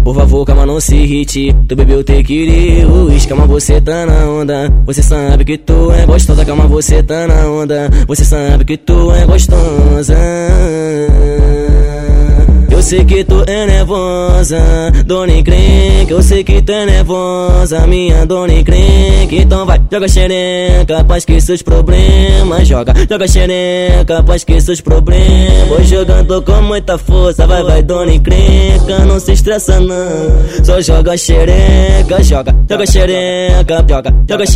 por favor, calma, não se irrite. Tu bebeu tequila, uísque, calma, você tá na onda. Você sabe que tu é gostosa, calma, você tá na onda. Você sabe que tu é gostosa. Eu sei que tu é nervosa, dona encrenca. Eu sei que tu é nervosa, minha dona encrenca. Então vai, joga xereca pra esquecer os problemas. Joga xereca pra esquecer os problemas. Vou jogando com muita força, vai, dona encrenca. Não se estressa não, só joga xereca. Joga xereca, joga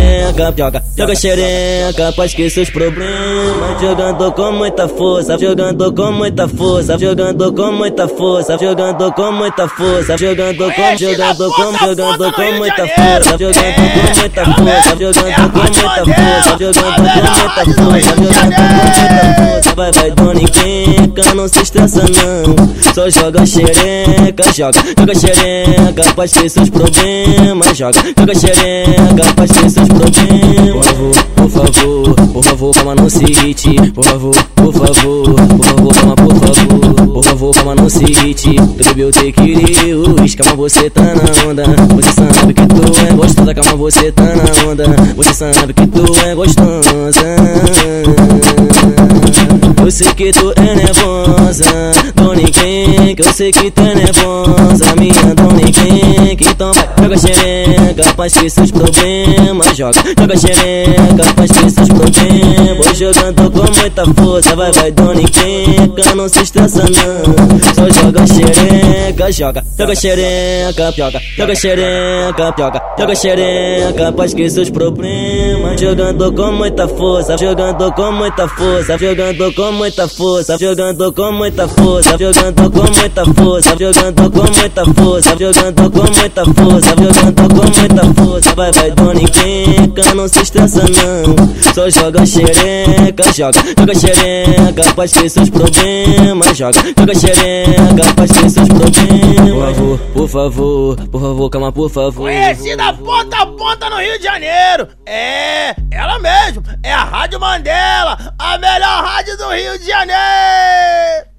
xereca pra esquecer os problemas. Jogando com muita força, jogando com muita força, jogando com muita força, jogando com muita força, jogando com muita força, jogando com muita força, jogando com muita força, jogando com muita força. Vai, dona encrenca, não se estressa não, só joga xereca. Joga xereca pra esquecer os problemas. Joga xereca pra esquecer os problemas. Por favor, calma, não se irrite. Por favor, calma, por favor, calma, não se irrite. Tu bebeu tequila, uísque, calma, você tá na onda. Você sabe que tu é gostosa, calma, você tá na onda. Você sabe que tu é gostosa. Eu sei que tu é nervosa, dona encrenca. Eu sei que tu é nervosa, minha dona encrenca. Então vai, joga xereca pra esquecer os problemas. Joga xereca pra esquecer os problemas. Vou jogando com muita força, vai, dona encrenca. Não se estressa não, só joga xereca. Joga xereca, joga xereca pra esquecer os problemas. Jogando com muita força, jogando com muita força, jogando com muita força, jogando com muita força, jogando com muita força, jogando com muita força, jogando com muita força, jogando com muita força. Vai, dona encrenca, não se estressa não, só joga xereca. Joga xereca pra esquecer os problemas. Joga xereca pra esquecer os problemas. Por favor, calma, por favor. Conhecida ponta a ponta no Rio de Janeiro. É, ela mesmo, é a Rádio Mandela, a melhor rádio do Rio de Janeiro.